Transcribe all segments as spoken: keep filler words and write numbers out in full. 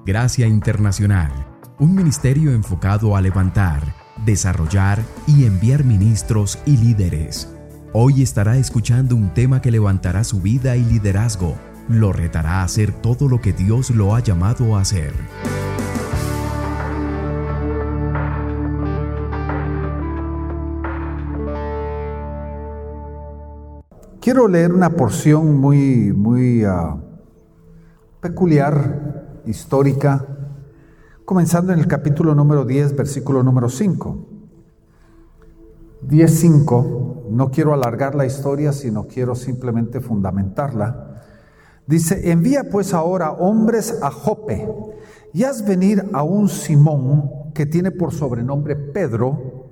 Gracia Internacional, un ministerio enfocado a levantar, desarrollar y enviar ministros y líderes. Hoy estará escuchando un tema que levantará su vida y liderazgo, lo retará a hacer todo lo que Dios lo ha llamado a hacer. Quiero leer una porción muy, muy uh, peculiar, histórica, comenzando en el capítulo número diez, versículo número cinco. diez cinco, no quiero alargar la historia, sino quiero simplemente fundamentarla. Dice: envía pues ahora hombres a Jope, y haz venir a un Simón, que tiene por sobrenombre Pedro,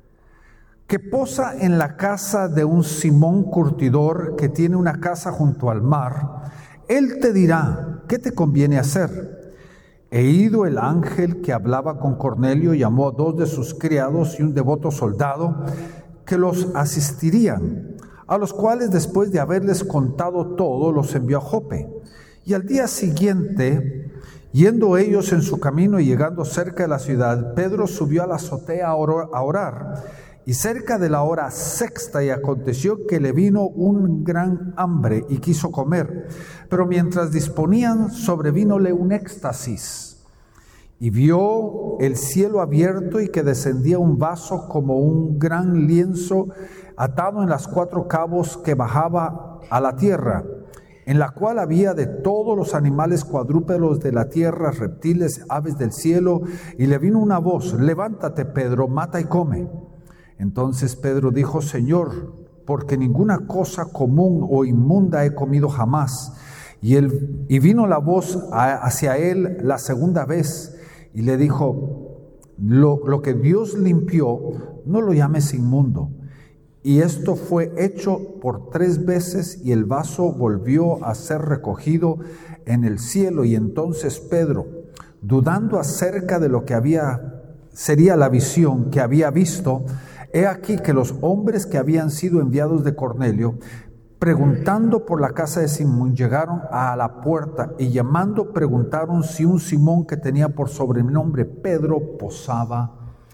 que posa en la casa de un Simón curtidor, que tiene una casa junto al mar. Él te dirá qué te conviene hacer. He ido el ángel que hablaba con Cornelio, llamó a dos de sus criados y un devoto soldado que los asistirían, a los cuales después de haberles contado todo, los envió a Jope. Y al día siguiente, yendo ellos en su camino y llegando cerca de la ciudad, Pedro subió a la azotea a orar. Y cerca de la hora sexta, y aconteció que le vino un gran hambre y quiso comer. Pero mientras disponían, sobrevínole un éxtasis. Y vio el cielo abierto y que descendía un vaso como un gran lienzo atado en las cuatro cabos, que bajaba a la tierra, en la cual había de todos los animales cuadrúpedos de la tierra, reptiles, aves del cielo. Y le vino una voz: levántate, Pedro, mata y come. Entonces Pedro dijo: Señor, porque ninguna cosa común o inmunda he comido jamás. Y, él, y vino la voz a, hacia él la segunda vez y le dijo: lo, lo que Dios limpió, no lo llames inmundo. Y esto fue hecho por tres veces, y el vaso volvió a ser recogido en el cielo. Y entonces Pedro, dudando acerca de lo que había sería la visión que había visto, he aquí que los hombres que habían sido enviados de Cornelio, preguntando por la casa de Simón, llegaron a la puerta y llamando preguntaron si un Simón que tenía por sobrenombre Pedro posaba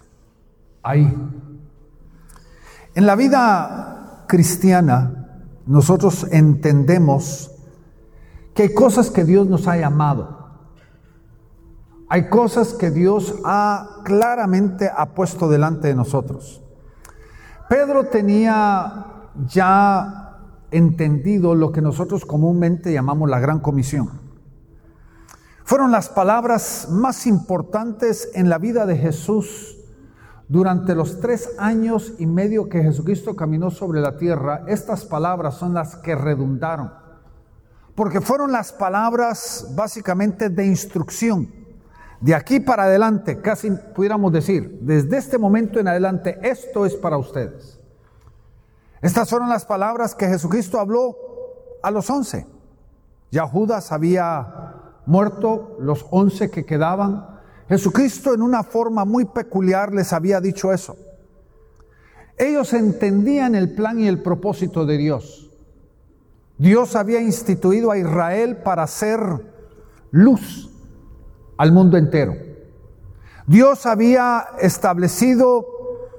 ahí. En la vida cristiana, nosotros entendemos que hay cosas que Dios nos ha llamado. Hay cosas que Dios ha claramente ha puesto delante de nosotros. Pedro tenía ya entendido lo que nosotros comúnmente llamamos la Gran Comisión. Fueron las palabras más importantes en la vida de Jesús durante los tres años y medio que Jesucristo caminó sobre la tierra. Estas palabras son las que redundaron, porque fueron las palabras básicamente de instrucción. De aquí para adelante, casi pudiéramos decir, desde este momento en adelante, esto es para ustedes. Estas fueron las palabras que Jesucristo habló a los once. Ya Judas había muerto, los once que quedaban. Jesucristo en una forma muy peculiar les había dicho eso. Ellos entendían el plan y el propósito de Dios. Dios había instituido a Israel para ser luz al mundo entero. Dios había establecido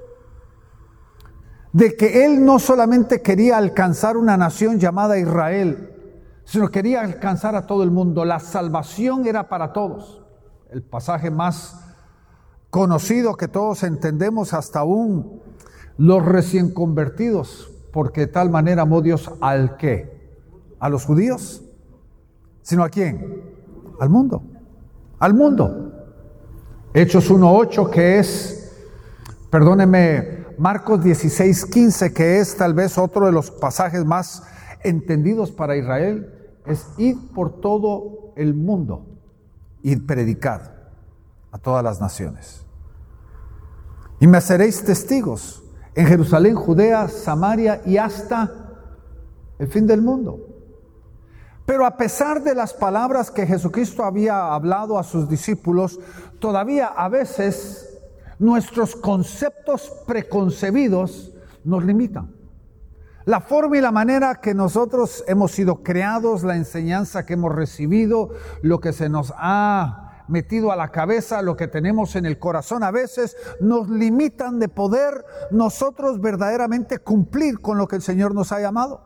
de que Él no solamente quería alcanzar una nación llamada Israel, sino quería alcanzar a todo el mundo. La salvación era para todos. El pasaje más conocido que todos entendemos, hasta aún los recién convertidos, porque de tal manera amó Dios al ¿qué? ¿A los judíos? ¿Sino a quién? Al mundo. Al mundo. Hechos uno ocho, que es, perdóneme, Marcos dieciséis quince, que es tal vez otro de los pasajes más entendidos para Israel, es ir por todo el mundo y predicad a todas las naciones. Y me seréis testigos en Jerusalén, Judea, Samaria y hasta el fin del mundo. Pero a pesar de las palabras que Jesucristo había hablado a sus discípulos, todavía a veces nuestros conceptos preconcebidos nos limitan. La forma y la manera que nosotros hemos sido creados, la enseñanza que hemos recibido, lo que se nos ha metido a la cabeza, lo que tenemos en el corazón a veces nos limitan de poder nosotros verdaderamente cumplir con lo que el Señor nos ha llamado.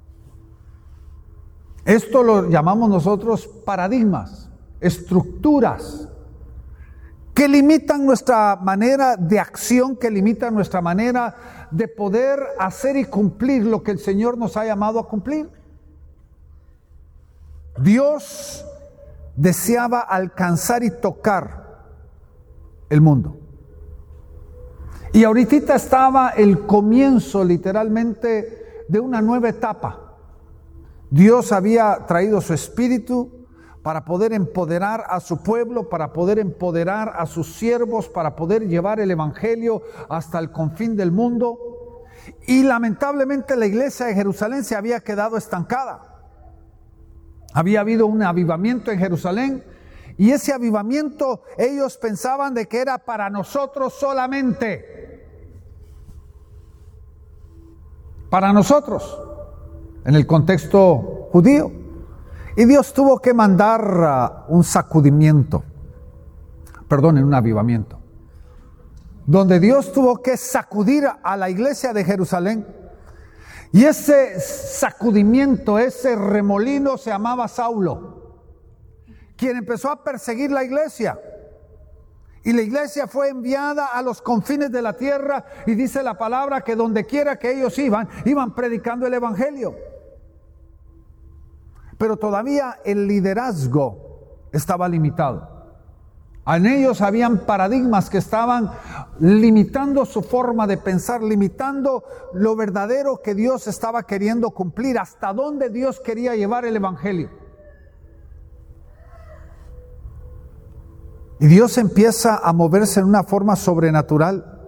Esto lo llamamos nosotros paradigmas, estructuras que limitan nuestra manera de acción, que limitan nuestra manera de poder hacer y cumplir lo que el Señor nos ha llamado a cumplir. Dios deseaba alcanzar y tocar el mundo. Y ahorita estaba el comienzo literalmente de una nueva etapa. Dios había traído su espíritu para poder empoderar a su pueblo, para poder empoderar a sus siervos, para poder llevar el evangelio hasta el confín del mundo. Y lamentablemente la iglesia de Jerusalén se había quedado estancada. Había habido un avivamiento en Jerusalén y ese avivamiento ellos pensaban de que era para nosotros solamente. Para nosotros, en el contexto judío. Y Dios tuvo que mandar uh, un sacudimiento, perdón, un avivamiento, donde Dios tuvo que sacudir a la iglesia de Jerusalén. Y ese sacudimiento, ese remolino se llamaba Saulo, quien empezó a perseguir la iglesia. Y la iglesia fue enviada a los confines de la tierra y dice la palabra que donde quiera que ellos iban, iban predicando el evangelio. Pero todavía el liderazgo estaba limitado. En ellos habían paradigmas que estaban limitando su forma de pensar, limitando lo verdadero que Dios estaba queriendo cumplir, hasta dónde Dios quería llevar el evangelio. Y Dios empieza a moverse en una forma sobrenatural.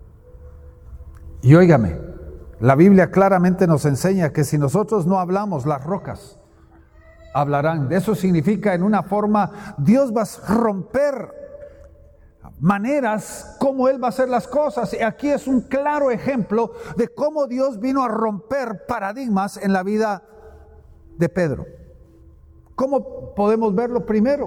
Y óigame, la Biblia claramente nos enseña que si nosotros no hablamos, las rocas hablarán. Eso significa en una forma, Dios va a romper maneras como Él va a hacer las cosas. Y aquí es un claro ejemplo de cómo Dios vino a romper paradigmas en la vida de Pedro. ¿Cómo podemos verlo? Primero,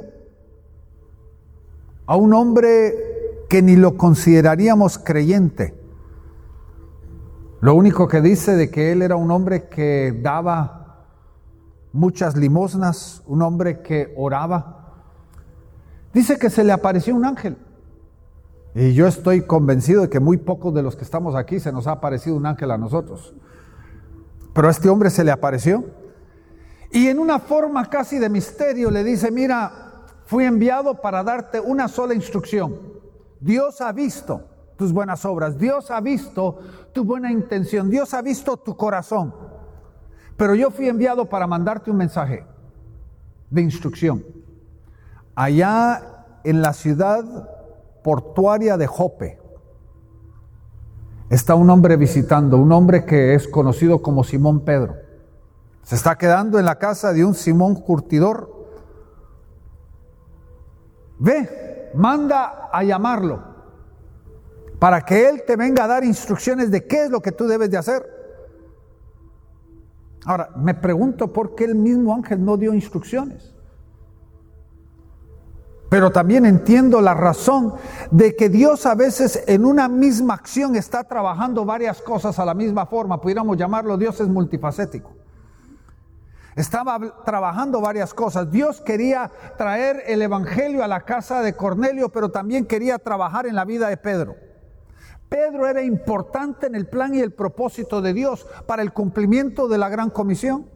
a un hombre que ni lo consideraríamos creyente. Lo único que dice de que él era un hombre que daba muchas limosnas, un hombre que oraba. Dice que se le apareció un ángel. Y yo estoy convencido de que muy pocos de los que estamos aquí se nos ha aparecido un ángel a nosotros. Pero a este hombre se le apareció. Y en una forma casi de misterio le dice, mira, fui enviado para darte una sola instrucción. Dios ha visto tus buenas obras. Dios ha visto tu buena intención. Dios ha visto tu corazón. Pero yo fui enviado para mandarte un mensaje de instrucción. Allá en la ciudad portuaria de Jope está un hombre visitando, un hombre que es conocido como Simón Pedro. Se está quedando en la casa de un Simón curtidor. Ve, manda a llamarlo para que él te venga a dar instrucciones de qué es lo que tú debes de hacer. Ahora, me pregunto por qué el mismo ángel no dio instrucciones. Pero también entiendo la razón de que Dios a veces en una misma acción está trabajando varias cosas a la misma forma. Pudiéramos llamarlo, Dios es multifacético. Estaba trabajando varias cosas. Dios quería traer el evangelio a la casa de Cornelio, pero también quería trabajar en la vida de Pedro. Pedro era importante en el plan y el propósito de Dios para el cumplimiento de la gran comisión.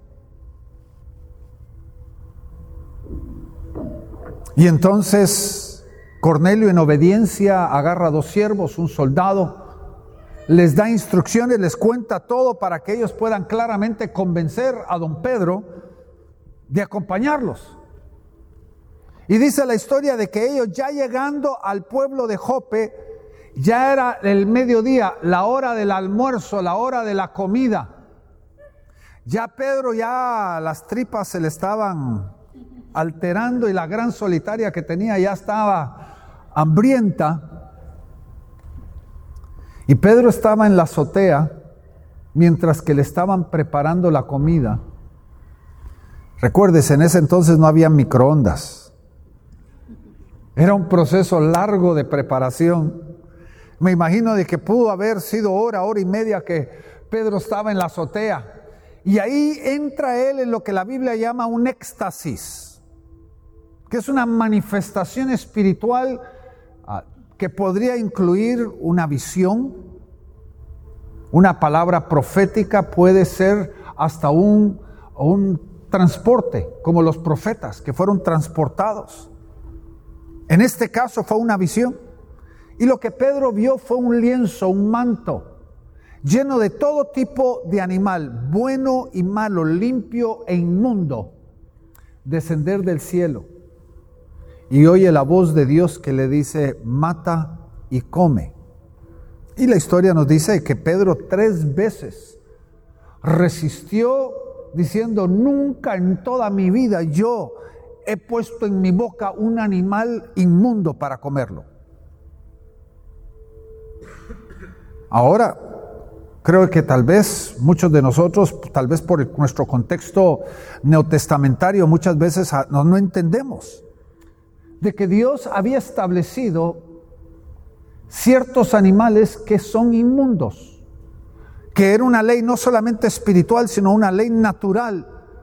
Y entonces Cornelio, en obediencia, agarra a dos siervos, un soldado, les da instrucciones, les cuenta todo para que ellos puedan claramente convencer a don Pedro de acompañarlos. Y dice la historia de que ellos, ya llegando al pueblo de Jope, ya era el mediodía, la hora del almuerzo, la hora de la comida. Ya Pedro, ya las tripas se le estaban alterando y la gran solitaria que tenía ya estaba hambrienta. Y Pedro estaba en la azotea mientras que le estaban preparando la comida. Recuérdese, en ese entonces no había microondas. Era un proceso largo de preparación. Me imagino de que pudo haber sido hora, hora y media que Pedro estaba en la azotea. Y ahí entra él en lo que la Biblia llama un éxtasis, que es una manifestación espiritual uh, que podría incluir una visión, una palabra profética, puede ser hasta un, un transporte, como los profetas que fueron transportados. En este caso fue una visión. Y lo que Pedro vio fue un lienzo, un manto, lleno de todo tipo de animal, bueno y malo, limpio e inmundo, descender del cielo. Y oye la voz de Dios que le dice, mata y come. Y la historia nos dice que Pedro tres veces resistió diciendo, nunca en toda mi vida yo he puesto en mi boca un animal inmundo para comerlo. Ahora, creo que tal vez muchos de nosotros, tal vez por el, nuestro contexto neotestamentario, muchas veces no, no entendemos de que Dios había establecido ciertos animales que son inmundos, que era una ley no solamente espiritual, sino una ley natural.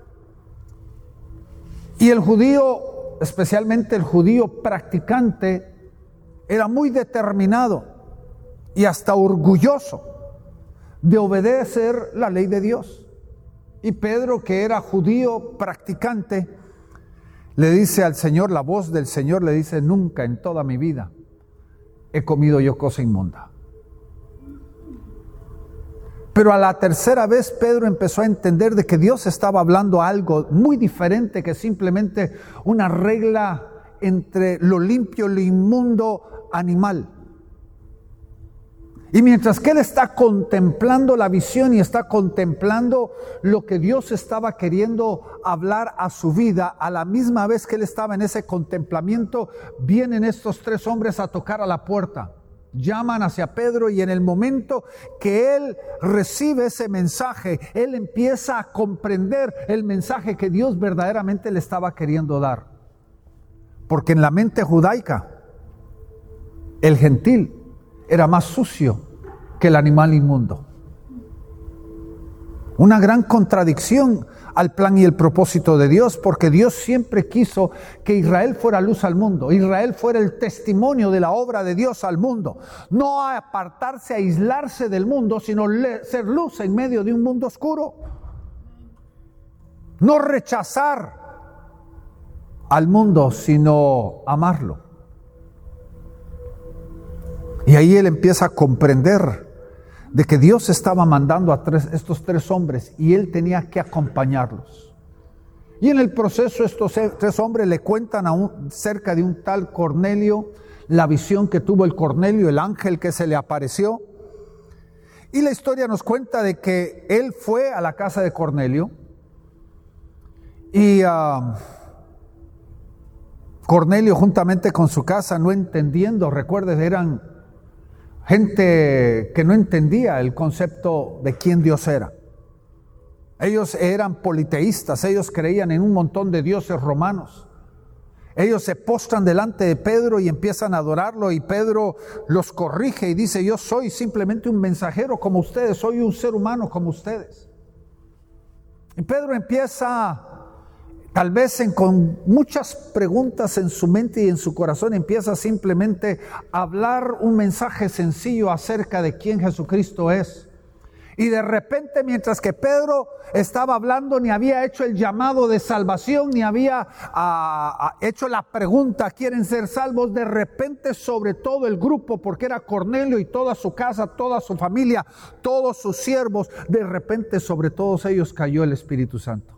Y el judío, especialmente el judío practicante, era muy determinado y hasta orgulloso de obedecer la ley de Dios. Y Pedro, que era judío practicante, le dice al Señor, la voz del Señor le dice, nunca en toda mi vida he comido yo cosa inmunda. Pero a la tercera vez Pedro empezó a entender de que Dios estaba hablando algo muy diferente que simplemente una regla entre lo limpio y lo inmundo animal. Y mientras que él está contemplando la visión y está contemplando lo que Dios estaba queriendo hablar a su vida, a la misma vez que él estaba en ese contemplamiento, vienen estos tres hombres a tocar a la puerta. Llaman hacia Pedro y en el momento que él recibe ese mensaje, él empieza a comprender el mensaje que Dios verdaderamente le estaba queriendo dar. Porque en la mente judaica, el gentil era más sucio que el animal inmundo. Una gran contradicción al plan y el propósito de Dios, porque Dios siempre quiso que Israel fuera luz al mundo, Israel fuera el testimonio de la obra de Dios al mundo, no a apartarse, a aislarse del mundo, sino ser luz en medio de un mundo oscuro, no rechazar al mundo, sino amarlo. Y ahí él empieza a comprender de que Dios estaba mandando a tres, estos tres hombres y él tenía que acompañarlos. Y en el proceso estos tres hombres le cuentan a un, cerca de un tal Cornelio la visión que tuvo el Cornelio, el ángel que se le apareció. Y la historia nos cuenta de que él fue a la casa de Cornelio y uh, Cornelio juntamente con su casa, no entendiendo, recuerden, eran gente que no entendía el concepto de quién Dios era. Ellos eran politeístas, ellos creían en un montón de dioses romanos. Ellos se postran delante de Pedro y empiezan a adorarlo y Pedro los corrige y dice, yo soy simplemente un mensajero como ustedes, soy un ser humano como ustedes. Y Pedro empieza, tal vez en, con muchas preguntas en su mente y en su corazón, empieza simplemente a hablar un mensaje sencillo acerca de quién Jesucristo es. Y de repente, mientras que Pedro estaba hablando, ni había hecho el llamado de salvación, ni había uh, hecho la pregunta, ¿quieren ser salvos? De repente sobre todo el grupo, porque era Cornelio y toda su casa, toda su familia, todos sus siervos, de repente sobre todos ellos cayó el Espíritu Santo.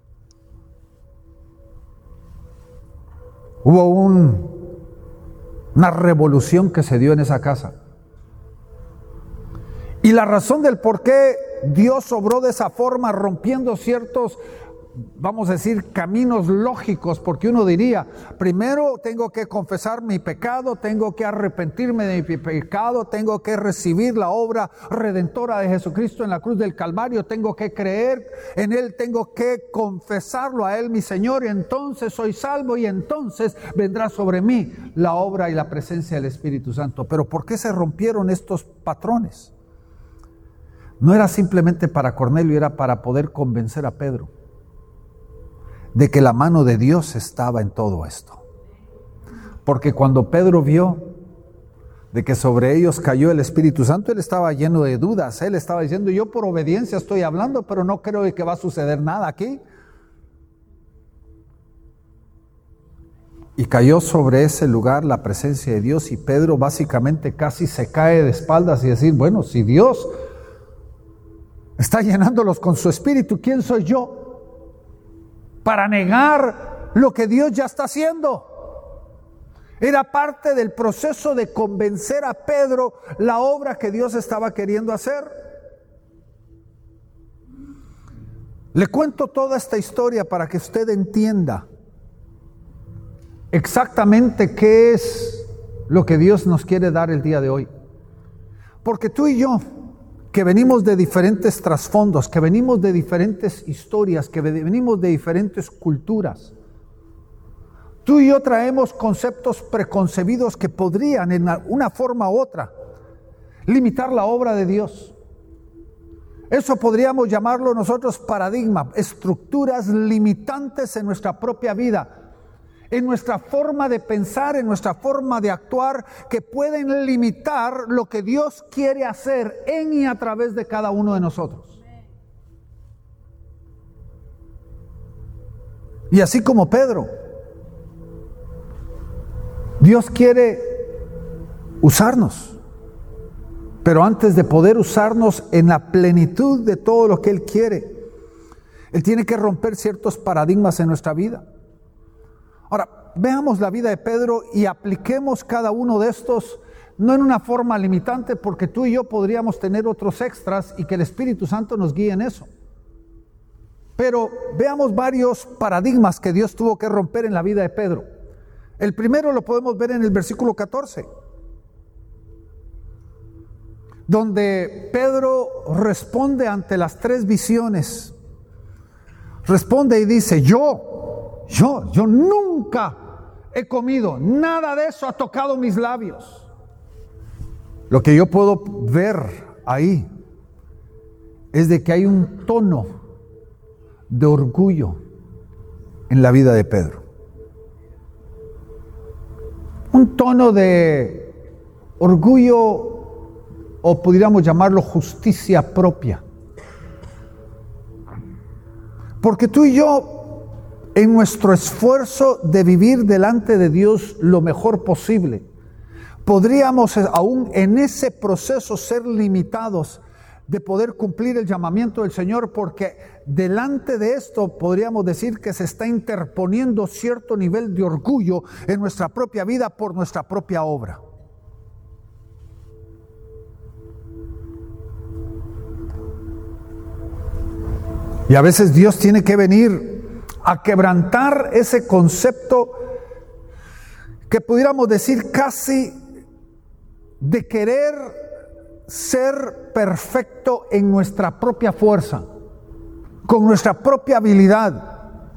Hubo un, una revolución que se dio en esa casa. Y la razón del por qué Dios obró de esa forma, rompiendo ciertos vamos a decir, caminos lógicos, porque uno diría, primero tengo que confesar mi pecado, tengo que arrepentirme de mi pecado, tengo que recibir la obra redentora de Jesucristo en la cruz del Calvario, tengo que creer en Él, tengo que confesarlo a Él, mi Señor, y entonces soy salvo y entonces vendrá sobre mí la obra y la presencia del Espíritu Santo. Pero ¿por qué se rompieron estos patrones? No era simplemente para Cornelio, era para poder convencer a Pedro de que la mano de Dios estaba en todo esto. Porque cuando Pedro vio de que sobre ellos cayó el Espíritu Santo, él estaba lleno de dudas. Él estaba diciendo, yo por obediencia estoy hablando, pero no creo que va a suceder nada aquí. Y cayó sobre ese lugar la presencia de Dios, y Pedro básicamente casi se cae de espaldas y decir, bueno, si Dios está llenándolos con su Espíritu, ¿quién soy yo para negar lo que Dios ya está haciendo? Era parte del proceso de convencer a Pedro la obra que Dios estaba queriendo hacer. Le cuento toda esta historia para que usted entienda exactamente qué es lo que Dios nos quiere dar el día de hoy. Porque tú y yo, que venimos de diferentes trasfondos, que venimos de diferentes historias, que venimos de diferentes culturas, tú y yo traemos conceptos preconcebidos que podrían, en una forma u otra, limitar la obra de Dios. Eso podríamos llamarlo nosotros paradigma, estructuras limitantes en nuestra propia vida, en nuestra forma de pensar, en nuestra forma de actuar, que pueden limitar lo que Dios quiere hacer en y a través de cada uno de nosotros. Y así como Pedro, Dios quiere usarnos, pero antes de poder usarnos en la plenitud de todo lo que Él quiere, Él tiene que romper ciertos paradigmas en nuestra vida. Ahora, veamos la vida de Pedro y apliquemos cada uno de estos, no en una forma limitante, porque tú y yo podríamos tener otros extras y que el Espíritu Santo nos guíe en eso. Pero veamos varios paradigmas que Dios tuvo que romper en la vida de Pedro. El primero lo podemos ver en el versículo catorce, donde Pedro responde ante las tres visiones. Responde y dice, yo, Yo, yo nunca he comido, nada de eso ha tocado mis labios. Lo que yo puedo ver ahí es de que hay un tono de orgullo en la vida de Pedro. Un tono de orgullo, o pudiéramos llamarlo justicia propia. Porque tú y yo, en nuestro esfuerzo de vivir delante de Dios lo mejor posible, podríamos aún en ese proceso ser limitados de poder cumplir el llamamiento del Señor, porque delante de esto podríamos decir que se está interponiendo cierto nivel de orgullo en nuestra propia vida por nuestra propia obra. Y a veces Dios tiene que venir a quebrantar ese concepto que pudiéramos decir casi de querer ser perfecto en nuestra propia fuerza, con nuestra propia habilidad.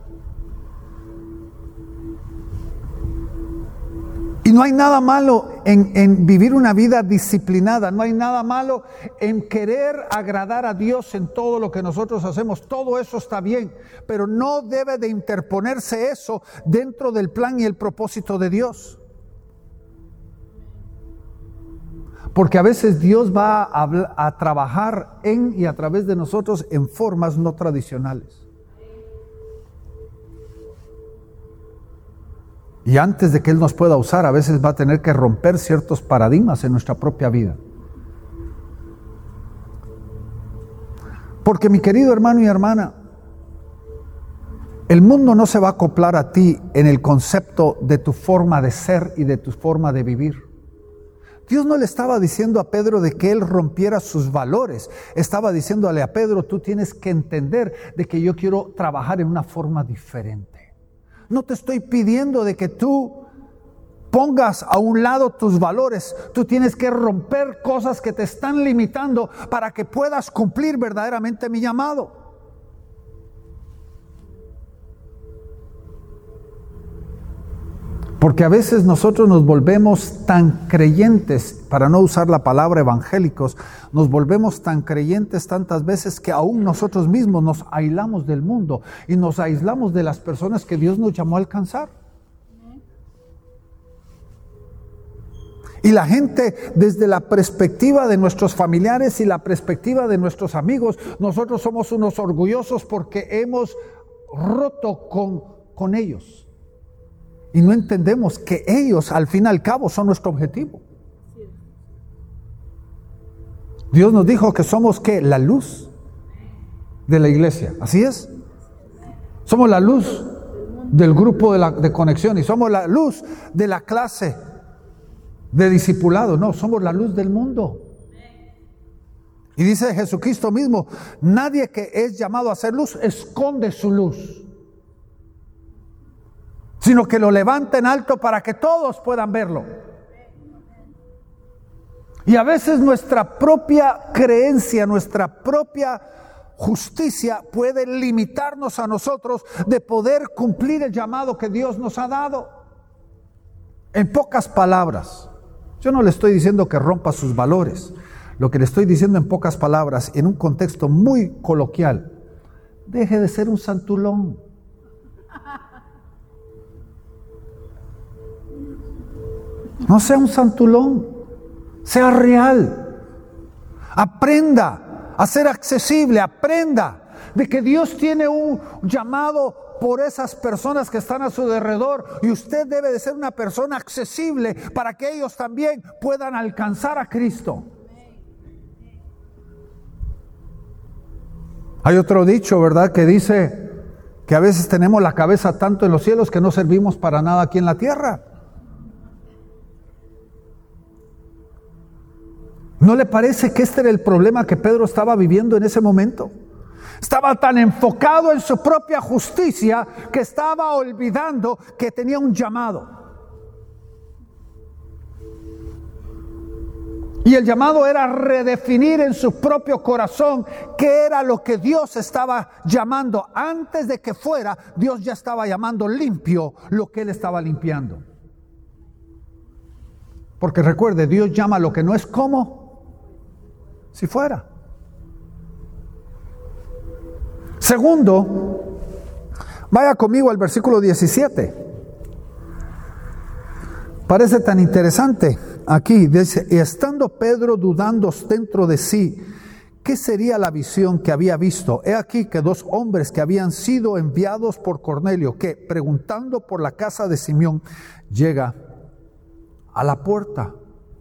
Y no hay nada malo en, en vivir una vida disciplinada, no hay nada malo en querer agradar a Dios en todo lo que nosotros hacemos, todo eso está bien, pero no debe de interponerse eso dentro del plan y el propósito de Dios. Porque a veces Dios va a, a trabajar en y a través de nosotros en formas no tradicionales. Y antes de que Él nos pueda usar, a veces va a tener que romper ciertos paradigmas en nuestra propia vida. Porque mi querido hermano y hermana, el mundo no se va a acoplar a ti en el concepto de tu forma de ser y de tu forma de vivir. Dios no le estaba diciendo a Pedro de que él rompiera sus valores. Estaba diciéndole a Pedro, tú tienes que entender de que yo quiero trabajar en una forma diferente. No te estoy pidiendo de que tú pongas a un lado tus valores. Tú tienes que romper cosas que te están limitando para que puedas cumplir verdaderamente mi llamado. Porque a veces nosotros nos volvemos tan creyentes, para no usar la palabra evangélicos, nos volvemos tan creyentes tantas veces que aún nosotros mismos nos aislamos del mundo y nos aislamos de las personas que Dios nos llamó a alcanzar. Y la gente, desde la perspectiva de nuestros familiares y la perspectiva de nuestros amigos, nosotros somos unos orgullosos porque hemos roto con, con ellos. Y no entendemos que ellos, al fin y al cabo, son nuestro objetivo. Dios nos dijo que somos, ¿qué? La luz de la iglesia. ¿Así es? Somos la luz del grupo de, la, de conexión y somos la luz de la clase de discipulado. No, somos la luz del mundo. Y dice Jesucristo mismo, nadie que es llamado a ser luz esconde su luz, sino que lo levanta en alto para que todos puedan verlo. Y a veces nuestra propia creencia, nuestra propia justicia puede limitarnos a nosotros de poder cumplir el llamado que Dios nos ha dado. En pocas palabras, yo no le estoy diciendo que rompa sus valores. Lo que le estoy diciendo en pocas palabras, en un contexto muy coloquial, deje de ser un santulón. No sea un santulón, sea real. Aprenda a ser accesible, aprenda de que Dios tiene un llamado por esas personas que están a su alrededor y usted debe de ser una persona accesible para que ellos también puedan alcanzar a Cristo. Hay otro dicho, ¿verdad?, que dice que a veces tenemos la cabeza tanto en los cielos que no servimos para nada aquí en la tierra. ¿No le parece que este era el problema que Pedro estaba viviendo en ese momento? Estaba tan enfocado en su propia justicia que estaba olvidando que tenía un llamado. Y el llamado era redefinir en su propio corazón qué era lo que Dios estaba llamando. Antes de que fuera, Dios ya estaba llamando limpio lo que Él estaba limpiando. Porque recuerde, Dios llama lo que no es como si fuera. Segundo, vaya conmigo al versículo diecisiete. Parece tan interesante. Aquí dice, y estando Pedro dudando dentro de sí, ¿qué sería la visión que había visto? He aquí que dos hombres que habían sido enviados por Cornelio, que preguntando por la casa de Simeón, llega a la puerta.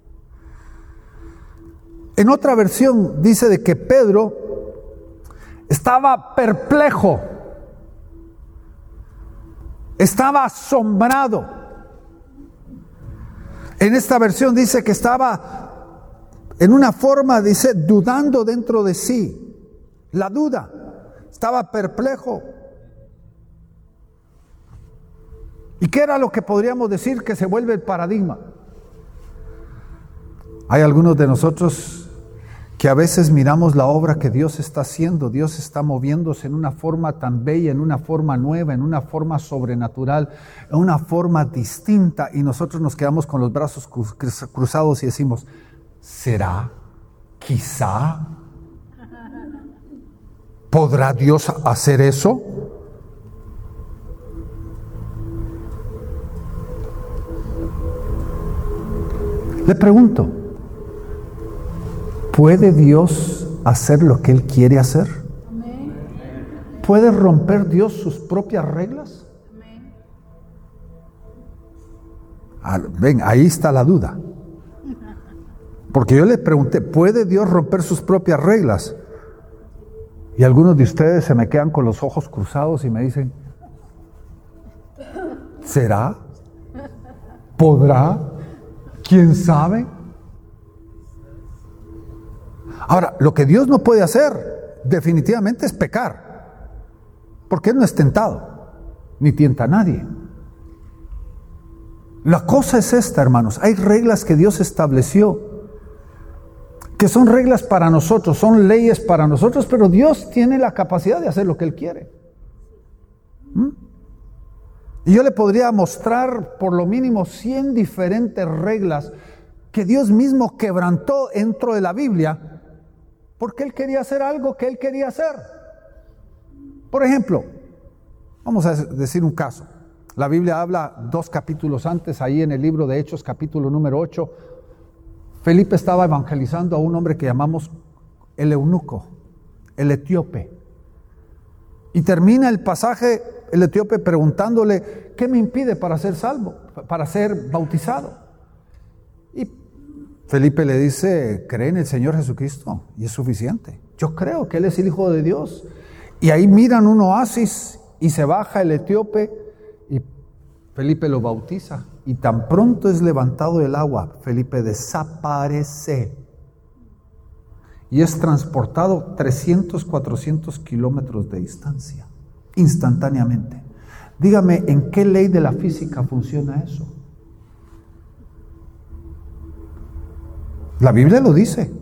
En otra versión dice de que Pedro estaba perplejo, estaba asombrado. En esta versión dice que estaba en una forma, dice, dudando dentro de sí. La duda, estaba perplejo. ¿Y qué era lo que podríamos decir que se vuelve el paradigma? Hay algunos de nosotros que a veces miramos la obra que Dios está haciendo. Dios está moviéndose en una forma tan bella, en una forma nueva, en una forma sobrenatural, en una forma distinta, y nosotros nos quedamos con los brazos cruzados y decimos, ¿será? ¿Quizá? ¿Podrá Dios hacer eso? Le pregunto, ¿puede Dios hacer lo que Él quiere hacer? ¿Puede romper Dios sus propias reglas? Ah, ven, ahí está la duda. Porque yo le pregunté, ¿puede Dios romper sus propias reglas? Y algunos de ustedes se me quedan con los ojos cruzados y me dicen, ¿será? ¿Podrá? ¿Quién sabe? Ahora, lo que Dios no puede hacer definitivamente es pecar, porque Él no es tentado, ni tienta a nadie. La cosa es esta, hermanos, hay reglas que Dios estableció, que son reglas para nosotros, son leyes para nosotros, pero Dios tiene la capacidad de hacer lo que Él quiere. ¿Mm? Y yo le podría mostrar por lo mínimo cien diferentes reglas que Dios mismo quebrantó dentro de la Biblia, porque Él quería hacer algo que Él quería hacer. Por ejemplo, vamos a decir un caso. La Biblia habla dos capítulos antes, ahí en el libro de Hechos, capítulo número ocho, Felipe estaba evangelizando a un hombre que llamamos el eunuco, el etíope. Y termina el pasaje, el etíope preguntándole, ¿qué me impide para ser salvo, para ser bautizado? Y Felipe le dice, cree en el Señor Jesucristo y es suficiente. Yo creo que Él es el Hijo de Dios. Y ahí miran un oasis y se baja el etíope y Felipe lo bautiza. Y tan pronto es levantado del agua, Felipe desaparece. Y es transportado trescientos, cuatrocientos kilómetros de distancia, instantáneamente. Dígame, ¿en qué ley de la física funciona eso? La Biblia lo dice,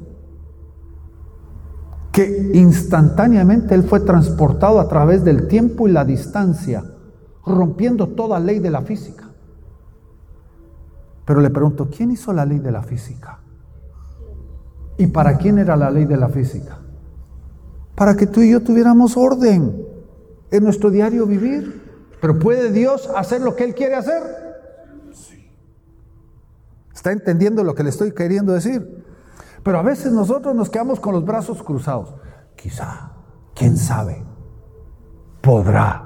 que instantáneamente él fue transportado a través del tiempo y la distancia, rompiendo toda ley de la física. Pero le pregunto, ¿quién hizo la ley de la física? ¿Y para quién era la ley de la física? Para que tú y yo tuviéramos orden en nuestro diario vivir. ¿Pero puede Dios hacer lo que Él quiere hacer? Sí. ¿Está entendiendo lo que le estoy queriendo decir? Pero a veces nosotros nos quedamos con los brazos cruzados. Quizá, quién sabe, podrá.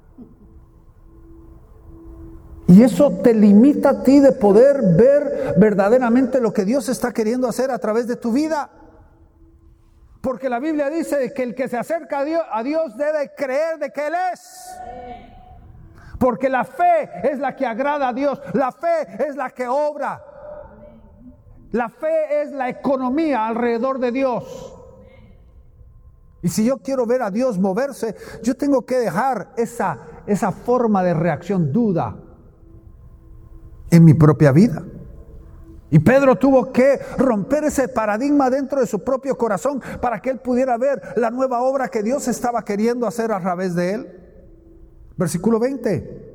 Y eso te limita a ti de poder ver verdaderamente lo que Dios está queriendo hacer a través de tu vida. Porque la Biblia dice que el que se acerca a Dios, a Dios debe creer de que Él es. Porque la fe es la que agrada a Dios. La fe es la que obra. La fe es la economía alrededor de Dios. Y si yo quiero ver a Dios moverse, yo tengo que dejar esa, esa forma de reacción, duda, en mi propia vida. Y Pedro tuvo que romper ese paradigma dentro de su propio corazón para que él pudiera ver la nueva obra que Dios estaba queriendo hacer a través de él. Versículo veinte.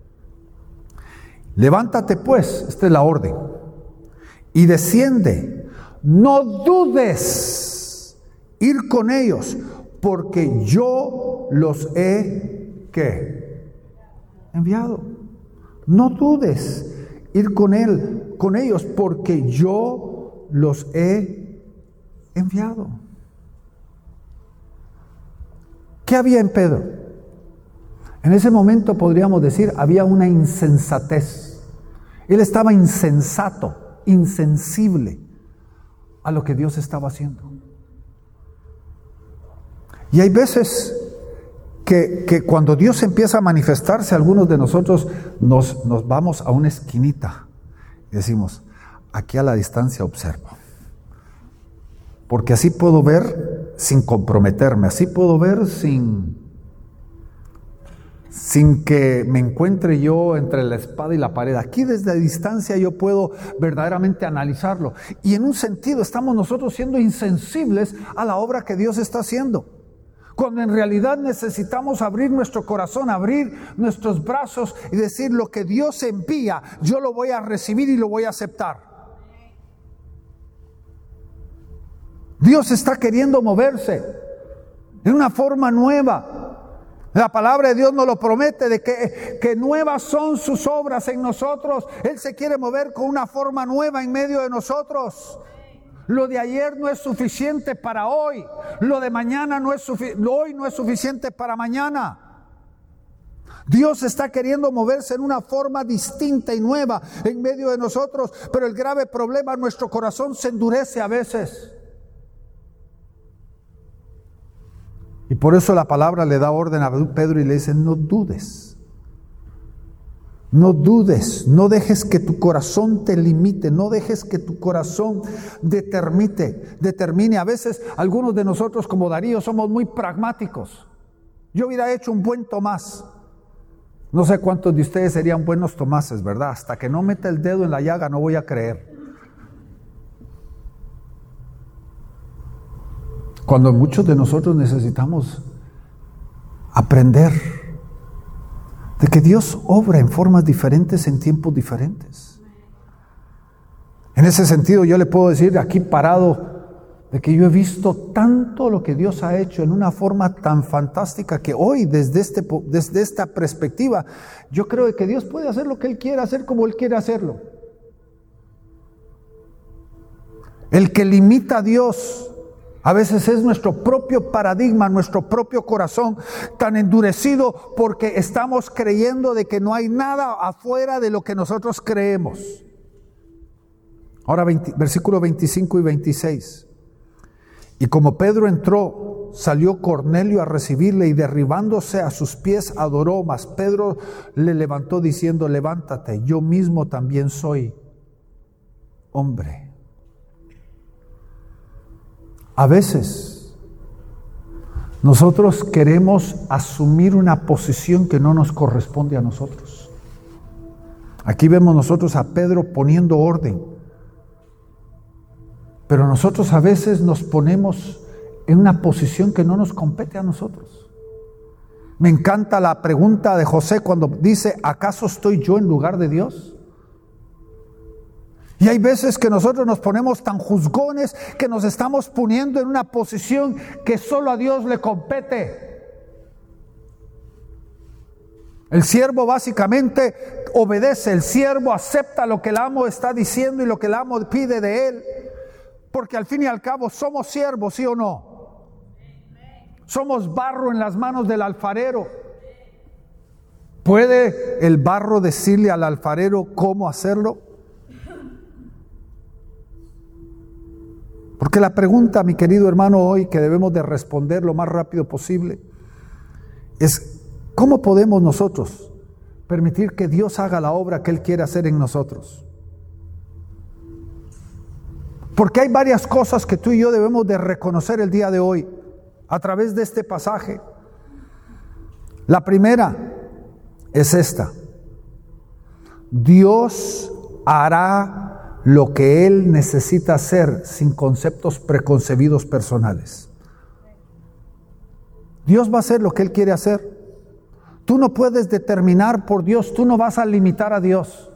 Levántate pues, esta es la orden, y desciende, no dudes ir con ellos, porque yo los he, ¿qué? Enviado. No dudes ir con él, con ellos, porque yo los he enviado. ¿Qué había en Pedro? En ese momento podríamos decir, había una insensatez. Él estaba insensato, insensible a lo que Dios estaba haciendo. Y hay veces que, que cuando Dios empieza a manifestarse, algunos de nosotros nos, nos vamos a una esquinita y decimos, aquí a la distancia observo. Porque así puedo ver sin comprometerme, así puedo ver sin... sin que me encuentre yo entre la espada y la pared. Aquí desde la distancia yo puedo verdaderamente analizarlo. Y en un sentido estamos nosotros siendo insensibles a la obra que Dios está haciendo. Cuando en realidad necesitamos abrir nuestro corazón, abrir nuestros brazos y decir lo que Dios envía, yo lo voy a recibir y lo voy a aceptar. Dios está queriendo moverse de una forma nueva. La palabra de Dios nos lo promete, de que, que nuevas son sus obras en nosotros. Él se quiere mover con una forma nueva en medio de nosotros. Lo de ayer no es suficiente para hoy. Lo de mañana no es suficiente. Hoy no es suficiente para mañana. Dios está queriendo moverse en una forma distinta y nueva en medio de nosotros. Pero el grave problema, nuestro corazón se endurece a veces. Y por eso la palabra le da orden a Pedro y le dice, no dudes. No dudes, no dejes que tu corazón te limite, no dejes que tu corazón determine, determine. A veces algunos de nosotros como Darío somos muy pragmáticos. Yo hubiera hecho un buen Tomás. No sé cuántos de ustedes serían buenos Tomases, ¿verdad? Hasta que no meta el dedo en la llaga no voy a creer. Cuando muchos de nosotros necesitamos aprender de que Dios obra en formas diferentes en tiempos diferentes. En ese sentido yo le puedo decir aquí parado de que yo he visto tanto lo que Dios ha hecho en una forma tan fantástica que hoy desde, este, desde esta perspectiva yo creo que Dios puede hacer lo que Él quiera hacer como Él quiere hacerlo. El que limita a Dios a veces es nuestro propio paradigma, nuestro propio corazón tan endurecido porque estamos creyendo de que no hay nada afuera de lo que nosotros creemos. Ahora veinte, versículo veinticinco y veintiséis. Y como Pedro entró, salió Cornelio a recibirle y derribándose a sus pies adoró, mas Pedro le levantó diciendo: levántate, yo mismo también soy hombre. A veces nosotros queremos asumir una posición que no nos corresponde a nosotros. Aquí vemos nosotros a Pedro poniendo orden, pero nosotros a veces nos ponemos en una posición que no nos compete a nosotros. Me encanta la pregunta de José cuando dice: ¿acaso estoy yo en lugar de Dios? Y hay veces que nosotros nos ponemos tan juzgones que nos estamos poniendo en una posición que solo a Dios le compete. El siervo básicamente obedece, el siervo acepta lo que el amo está diciendo y lo que el amo pide de él, porque al fin y al cabo somos siervos, ¿sí o no? Somos barro en las manos del alfarero. ¿Puede el barro decirle al alfarero cómo hacerlo? Porque la pregunta, mi querido hermano, hoy que debemos de responder lo más rápido posible es: ¿cómo podemos nosotros permitir que Dios haga la obra que Él quiere hacer en nosotros? Porque hay varias cosas que tú y yo debemos de reconocer el día de hoy a través de este pasaje. La primera es esta: Dios hará lo que Él necesita hacer sin conceptos preconcebidos personales. Dios va a hacer lo que Él quiere hacer. Tú no puedes determinar por Dios, tú no vas a limitar a Dios.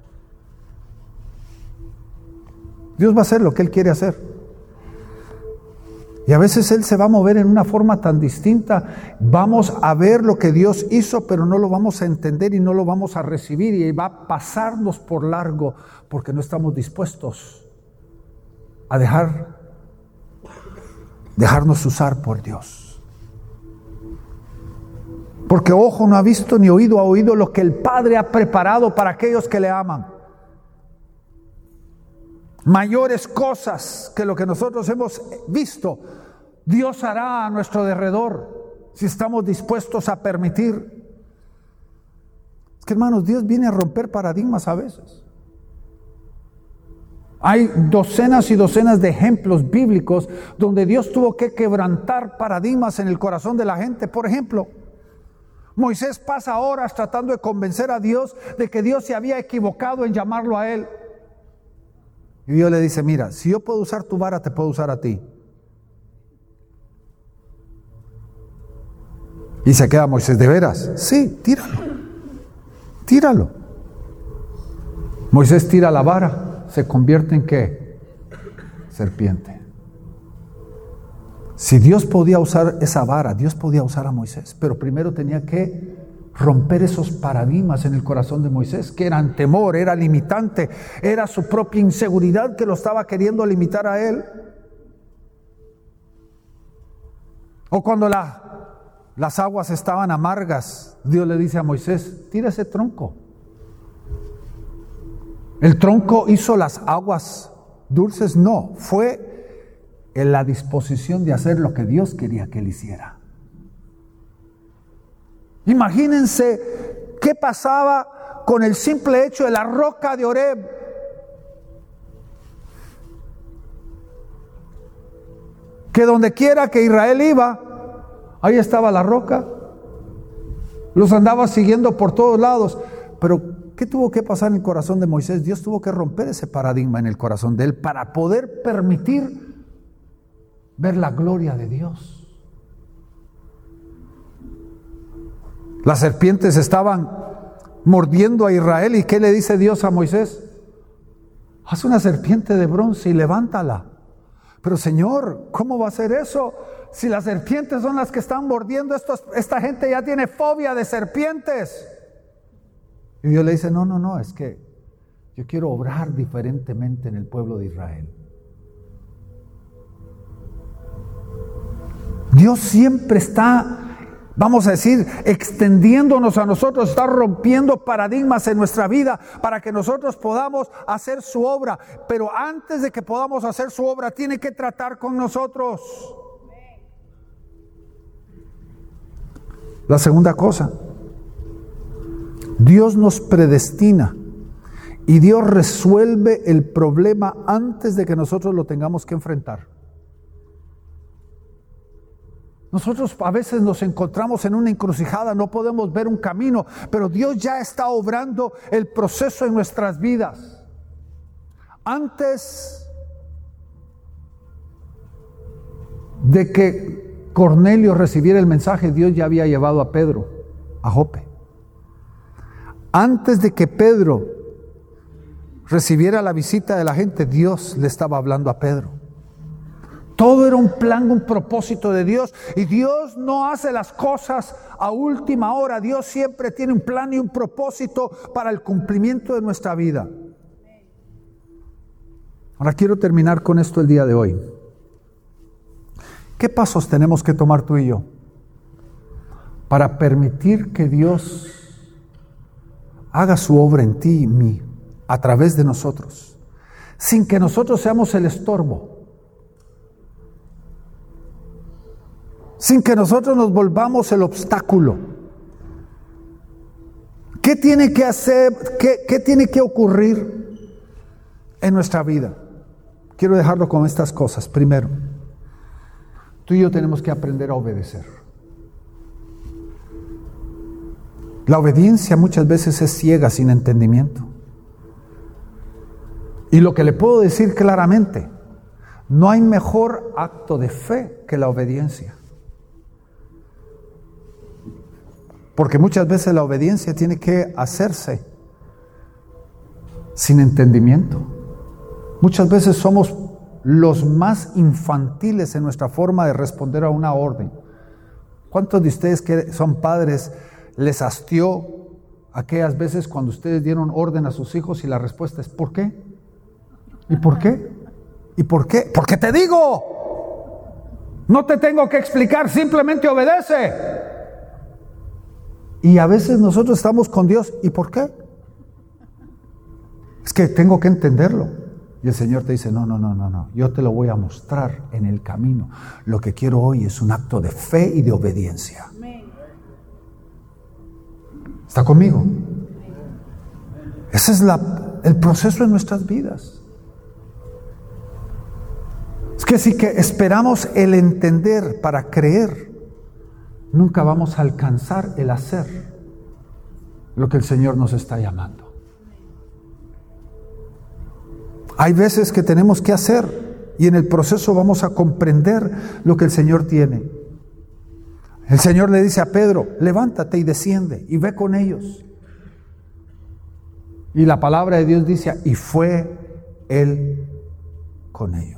Dios va a hacer lo que Él quiere hacer. Y a veces Él se va a mover en una forma tan distinta. Vamos a ver lo que Dios hizo, pero no lo vamos a entender y no lo vamos a recibir. Y va a pasarnos por largo porque no estamos dispuestos a dejar, dejarnos usar por Dios. Porque ojo no ha visto ni oído ha oído lo que el Padre ha preparado para aquellos que le aman. Mayores cosas que lo que nosotros hemos visto, Dios hará a nuestro derredor si estamos dispuestos a permitir. Es que, hermanos, Dios viene a romper paradigmas a veces. Hay docenas y docenas de ejemplos bíblicos donde Dios tuvo que quebrantar paradigmas en el corazón de la gente. Por ejemplo, Moisés pasa horas tratando de convencer a Dios de que Dios se había equivocado en llamarlo a él. Y Dios le dice: mira, si yo puedo usar tu vara, te puedo usar a ti. Y se queda Moisés: ¿de veras? Sí, tíralo. Tíralo. Moisés tira la vara, se convierte en ¿qué? Serpiente. Si Dios podía usar esa vara, Dios podía usar a Moisés, pero primero tenía que romper esos paradigmas en el corazón de Moisés, que eran temor, era limitante, era su propia inseguridad que lo estaba queriendo limitar a él. O cuando la, las aguas estaban amargas, Dios le dice a Moisés: tira ese tronco. ¿El tronco hizo las aguas dulces? No, fue en la disposición de hacer lo que Dios quería que él hiciera. Imagínense qué pasaba con el simple hecho de la roca de Horeb. Que donde quiera que Israel iba, ahí estaba la roca. Los andaba siguiendo por todos lados. Pero ¿qué tuvo que pasar en el corazón de Moisés? Dios tuvo que romper ese paradigma en el corazón de él para poder permitir ver la gloria de Dios. Las serpientes estaban mordiendo a Israel. ¿Y qué le dice Dios a Moisés? Haz una serpiente de bronce y levántala. Pero Señor, ¿cómo va a ser eso? Si las serpientes son las que están mordiendo, estos, esta gente ya tiene fobia de serpientes. Y Dios le dice, no, no, no, es que yo quiero obrar diferentemente en el pueblo de Israel. Dios siempre está, vamos a decir, extendiéndonos a nosotros, está rompiendo paradigmas en nuestra vida para que nosotros podamos hacer su obra. Pero antes de que podamos hacer su obra, tiene que tratar con nosotros. La segunda cosa, Dios nos predestina y Dios resuelve el problema antes de que nosotros lo tengamos que enfrentar. Nosotros a veces nos encontramos en una encrucijada, no podemos ver un camino, pero Dios ya está obrando el proceso en nuestras vidas. Antes de que Cornelio recibiera el mensaje, Dios ya había llevado a Pedro a Jope. Antes de que Pedro recibiera la visita de la gente, Dios le estaba hablando a Pedro. Todo era un plan, un propósito de Dios. Y Dios no hace las cosas a última hora. Dios siempre tiene un plan y un propósito para el cumplimiento de nuestra vida. Ahora quiero terminar con esto el día de hoy. ¿Qué pasos tenemos que tomar tú y yo para permitir que Dios haga su obra en ti y en mí, a través de nosotros, sin que nosotros seamos el estorbo? Sin que nosotros nos volvamos el obstáculo. ¿Qué tiene que hacer? ¿Qué, qué tiene que ocurrir en nuestra vida? Quiero dejarlo con estas cosas. Primero, tú y yo tenemos que aprender a obedecer. La obediencia muchas veces es ciega, sin entendimiento. Y lo que le puedo decir claramente, no hay mejor acto de fe que la obediencia. Porque muchas veces la obediencia tiene que hacerse sin entendimiento. Muchas veces somos los más infantiles en nuestra forma de responder a una orden. ¿Cuántos de ustedes que son padres les hastió aquellas veces cuando ustedes dieron orden a sus hijos y la respuesta es ¿por qué? ¿Y por qué? ¿Y por qué? Porque te digo, no te tengo que explicar, simplemente obedece. Y a veces nosotros estamos con Dios, ¿y por qué? Es que tengo que entenderlo. Y el Señor te dice, no, no, no, no, no, yo te lo voy a mostrar en el camino. Lo que quiero hoy es un acto de fe y de obediencia. ¿Está conmigo? Ese es la, el proceso en nuestras vidas. Es que si que esperamos el entender para creer, nunca vamos a alcanzar el hacer lo que el Señor nos está llamando. Hay veces que tenemos que hacer y en el proceso vamos a comprender lo que el Señor tiene. El Señor le dice a Pedro, levántate y desciende y ve con ellos. Y la palabra de Dios dice, y fue Él con ellos.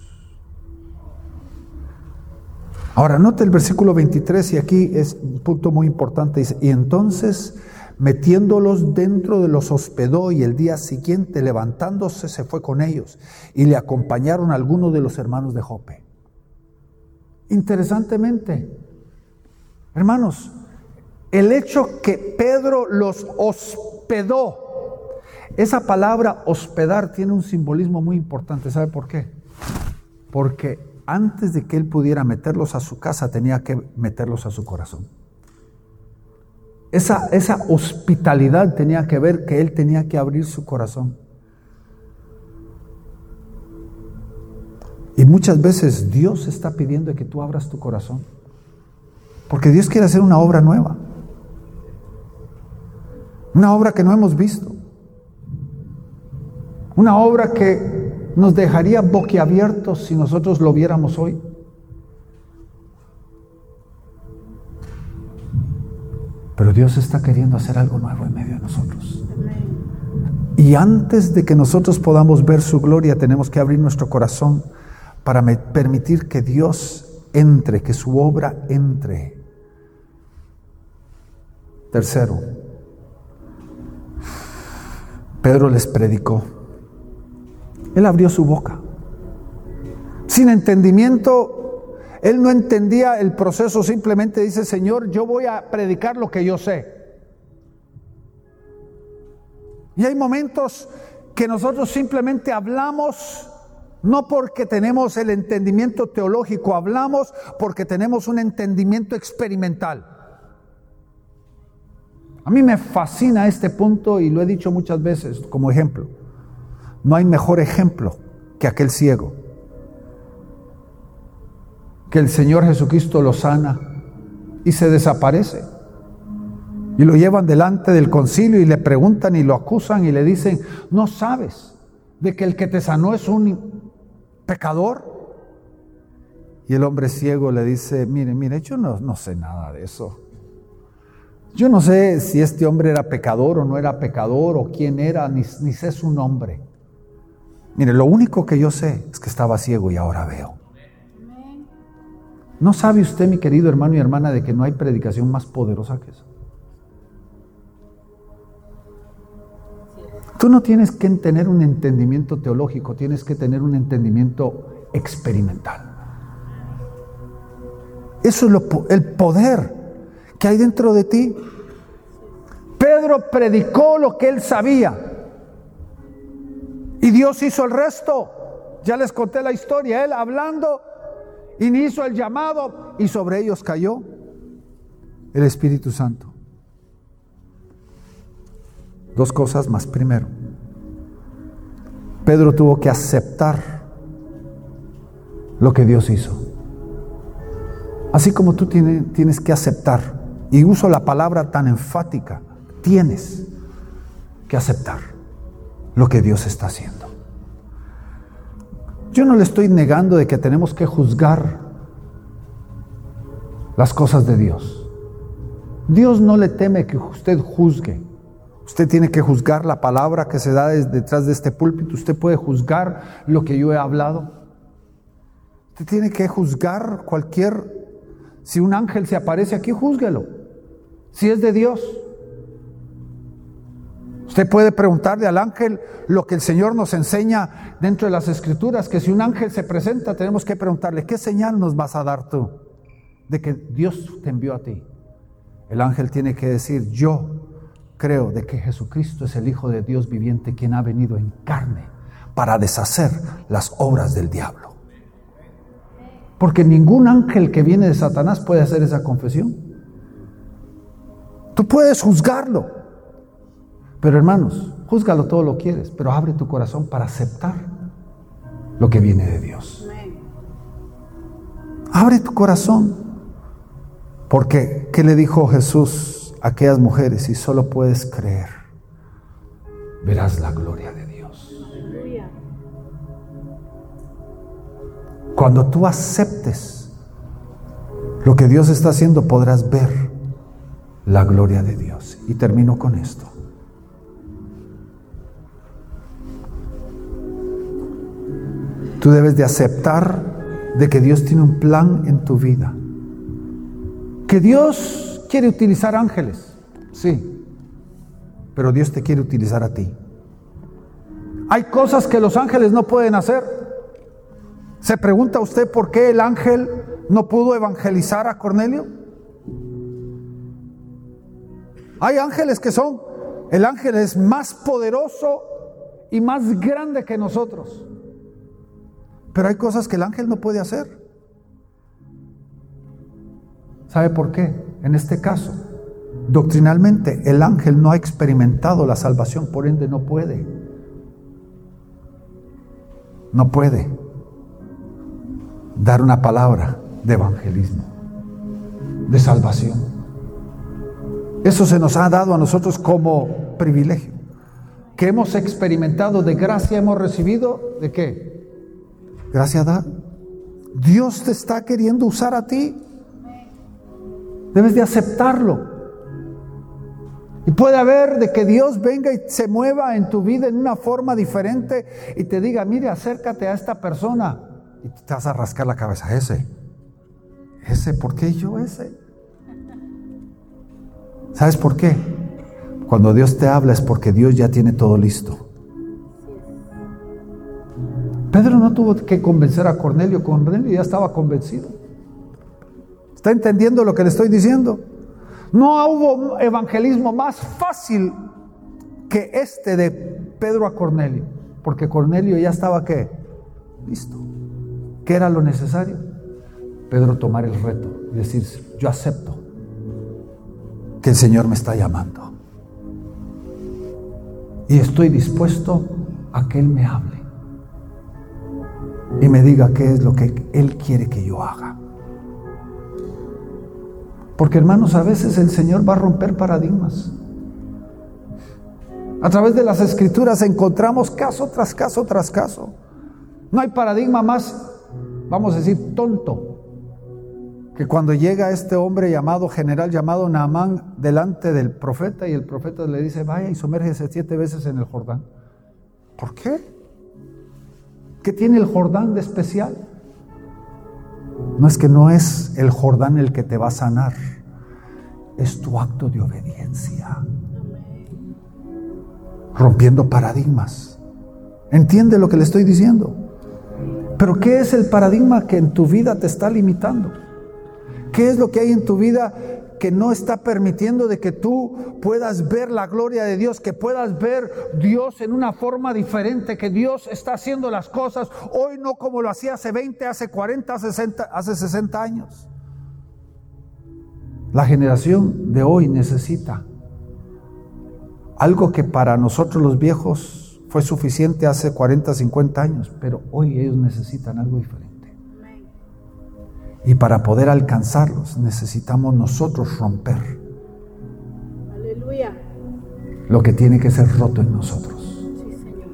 Ahora, note el versículo veintitrés y aquí es un punto muy importante. Dice, y entonces metiéndolos dentro de los hospedó y el día siguiente levantándose se fue con ellos y le acompañaron algunos de los hermanos de Jope. Interesantemente, hermanos, el hecho que Pedro los hospedó, esa palabra hospedar tiene un simbolismo muy importante. ¿Sabe por qué? Porque antes de que él pudiera meterlos a su casa, tenía que meterlos a su corazón. Esa, esa hospitalidad tenía que ver que él tenía que abrir su corazón. Y muchas veces Dios está pidiendo que tú abras tu corazón, porque Dios quiere hacer una obra nueva, una obra que no hemos visto, una obra que nos dejaría boquiabiertos si nosotros lo viéramos hoy. Pero Dios está queriendo hacer algo nuevo en medio de nosotros. Y antes de que nosotros podamos ver su gloria, tenemos que abrir nuestro corazón para permitir que Dios entre, que su obra entre. Tercero, Pedro les predicó. Él abrió su boca. Sin entendimiento, él no entendía el proceso, simplemente dice: Señor, yo voy a predicar lo que yo sé. Y hay momentos que nosotros simplemente hablamos, no porque tenemos el entendimiento teológico, hablamos porque tenemos un entendimiento experimental. A mí me fascina este punto y lo he dicho muchas veces como ejemplo. No hay mejor ejemplo que aquel ciego, que el Señor Jesucristo lo sana y se desaparece. Y lo llevan delante del concilio y le preguntan y lo acusan y le dicen: ¿no sabes de que el que te sanó es un pecador? Y el hombre ciego le dice: mire, mire, yo no, no sé nada de eso. Yo no sé si este hombre era pecador o no era pecador, o quién era, ni, ni sé su nombre. Mire, lo único que yo sé es que estaba ciego y ahora veo. ¿No sabe usted, mi querido hermano y hermana, de que no hay predicación más poderosa que eso? Tú no tienes que tener un entendimiento teológico, tienes que tener un entendimiento experimental. Eso es lo, el poder que hay dentro de ti. Pedro predicó lo que él sabía y Dios hizo el resto. Ya les conté la historia, él hablando y hizo el llamado y sobre ellos cayó el Espíritu Santo. Dos cosas más. Primero, Pedro tuvo que aceptar lo que Dios hizo. Así como tú tienes, tienes que aceptar, y uso la palabra tan enfática, tienes que aceptar lo que Dios está haciendo. Yo no le estoy negando de que tenemos que juzgar las cosas de Dios. Dios no le teme que usted juzgue. Usted tiene que juzgar la palabra que se da detrás de este púlpito. Usted puede juzgar lo que yo he hablado. Usted tiene que juzgar cualquier... Si un ángel se aparece aquí, júzguelo. Si es de Dios. Usted puede preguntarle al ángel lo que el Señor nos enseña dentro de las Escrituras, que si un ángel se presenta, tenemos que preguntarle: ¿qué señal nos vas a dar tú de que Dios te envió a ti? El ángel tiene que decir: yo creo de que Jesucristo es el Hijo de Dios viviente, quien ha venido en carne para deshacer las obras del diablo. Porque ningún ángel que viene de Satanás puede hacer esa confesión. Tú puedes juzgarlo, pero hermanos, júzgalo todo lo quieres, pero abre tu corazón para aceptar lo que viene de Dios. Abre tu corazón. Porque, ¿qué le dijo Jesús a aquellas mujeres? Si solo puedes creer, verás la gloria de Dios. Cuando tú aceptes lo que Dios está haciendo, podrás ver la gloria de Dios. Y termino con esto. Tú debes de aceptar de que Dios tiene un plan en tu vida. Que Dios quiere utilizar ángeles, sí, pero Dios te quiere utilizar a ti. Hay cosas que los ángeles no pueden hacer. ¿Se pregunta usted por qué el ángel no pudo evangelizar a Cornelio? Hay ángeles que son, el ángel es más poderoso y más grande que nosotros, pero hay cosas que el ángel no puede hacer. ¿Sabe por qué? En este caso, doctrinalmente el ángel no ha experimentado la salvación, por ende no puede. No puede dar una palabra de evangelismo, de salvación. Eso se nos ha dado a nosotros como privilegio, que hemos experimentado de gracia, hemos recibido, ¿de qué? Gracia da. Dios te está queriendo usar a ti. Debes de aceptarlo. Y puede haber de que Dios venga y se mueva en tu vida en una forma diferente y te diga, mire, acércate a esta persona. Y te vas a rascar la cabeza, ese, ese, ¿por qué yo ese? ¿Sabes por qué? Cuando Dios te habla es porque Dios ya tiene todo listo. Pedro no tuvo que convencer a Cornelio, Cornelio ya estaba convencido. ¿Está entendiendo lo que le estoy diciendo? No hubo evangelismo más fácil que este de Pedro a Cornelio, porque Cornelio ya estaba ¿qué? Listo. ¿Qué era lo necesario? Pedro tomar el reto y decir, yo acepto que el Señor me está llamando y estoy dispuesto a que Él me hable y me diga qué es lo que Él quiere que yo haga. Porque hermanos, a veces el Señor va a romper paradigmas. A través de las Escrituras encontramos caso tras caso tras caso. No hay paradigma más, vamos a decir, tonto, que cuando llega este hombre llamado, general llamado Naamán, delante del profeta, y el profeta le dice, vaya y sumérgese siete veces en el Jordán. ¿Por qué? ¿Qué tiene el Jordán de especial? No es que no es el Jordán el que te va a sanar, es tu acto de obediencia, rompiendo paradigmas. ¿Entiende lo que le estoy diciendo? Pero ¿qué es el paradigma que en tu vida te está limitando? ¿Qué es lo que hay en tu vida que no está permitiendo de que tú puedas ver la gloria de Dios, que puedas ver Dios en una forma diferente, que Dios está haciendo las cosas hoy no como lo hacía hace veinte, hace cuarenta, hace sesenta, hace sesenta años? La generación de hoy necesita algo que para nosotros los viejos fue suficiente hace cuarenta, cincuenta años, pero hoy ellos necesitan algo diferente. Y para poder alcanzarlos necesitamos nosotros romper Aleluya. Lo que tiene que ser roto en nosotros. Sí, Señor.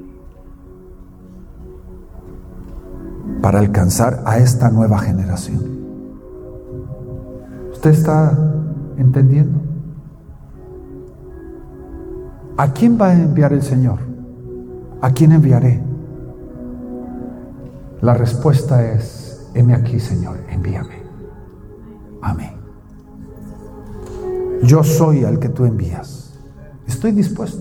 Para alcanzar a esta nueva generación. ¿Usted está entendiendo? ¿A quién va a enviar el Señor? ¿A quién enviaré? La respuesta es: heme aquí, Señor, envíame. Amén. Yo soy al que tú envías. Estoy dispuesto.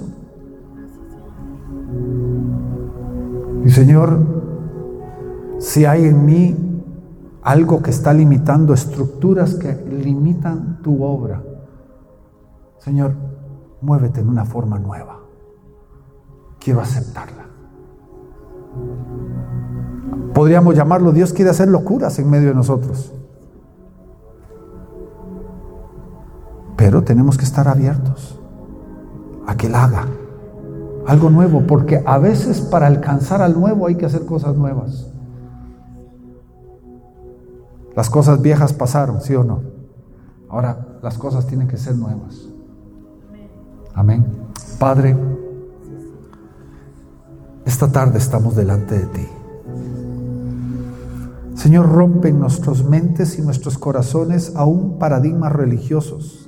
Y Señor, si hay en mí algo que está limitando, estructuras que limitan tu obra, Señor, muévete en una forma nueva. Quiero aceptarla. Podríamos llamarlo, Dios quiere hacer locuras en medio de nosotros. Pero tenemos que estar abiertos a que Él haga algo nuevo, porque a veces para alcanzar al nuevo hay que hacer cosas nuevas. Las cosas viejas pasaron, ¿sí o no? Ahora las cosas tienen que ser nuevas. Amén. Padre, esta tarde estamos delante de ti. Señor, rompe en nuestras mentes y nuestros corazones aún paradigmas religiosos,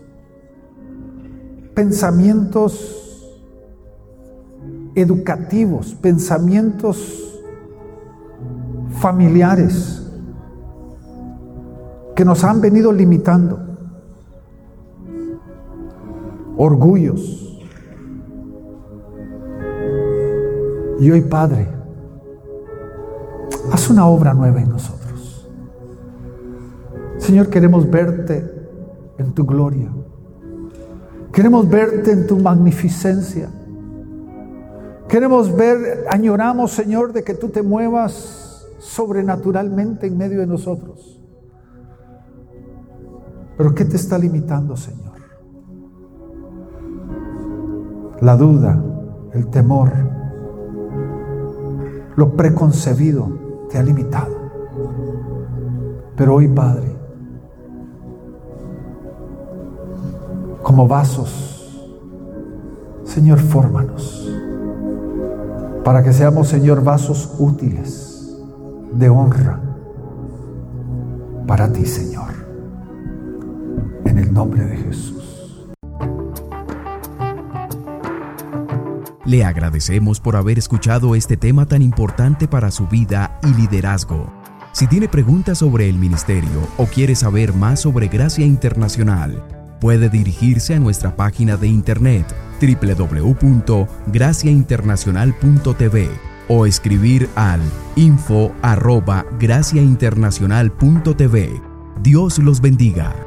pensamientos educativos, pensamientos familiares que nos han venido limitando, orgullos. Y hoy, Padre, haz una obra nueva en nosotros. Señor, queremos verte en tu gloria. Queremos verte en tu magnificencia. Queremos ver, añoramos, Señor, de que tú te muevas sobrenaturalmente en medio de nosotros. Pero ¿qué te está limitando, Señor? la duda, el temor, lo preconcebido te ha limitado. Pero hoy, Padre, como vasos, Señor, fórmanos para que seamos, Señor, vasos útiles de honra para ti, Señor, en el nombre de Jesús. Le agradecemos por haber escuchado este tema tan importante para su vida y liderazgo. Si tiene preguntas sobre el ministerio o quiere saber más sobre Gracia Internacional, puede dirigirse a nuestra página de internet doble u doble u doble u punto gracia internacional punto t v o escribir al info arroba gracia internacional punto t v. Dios los bendiga.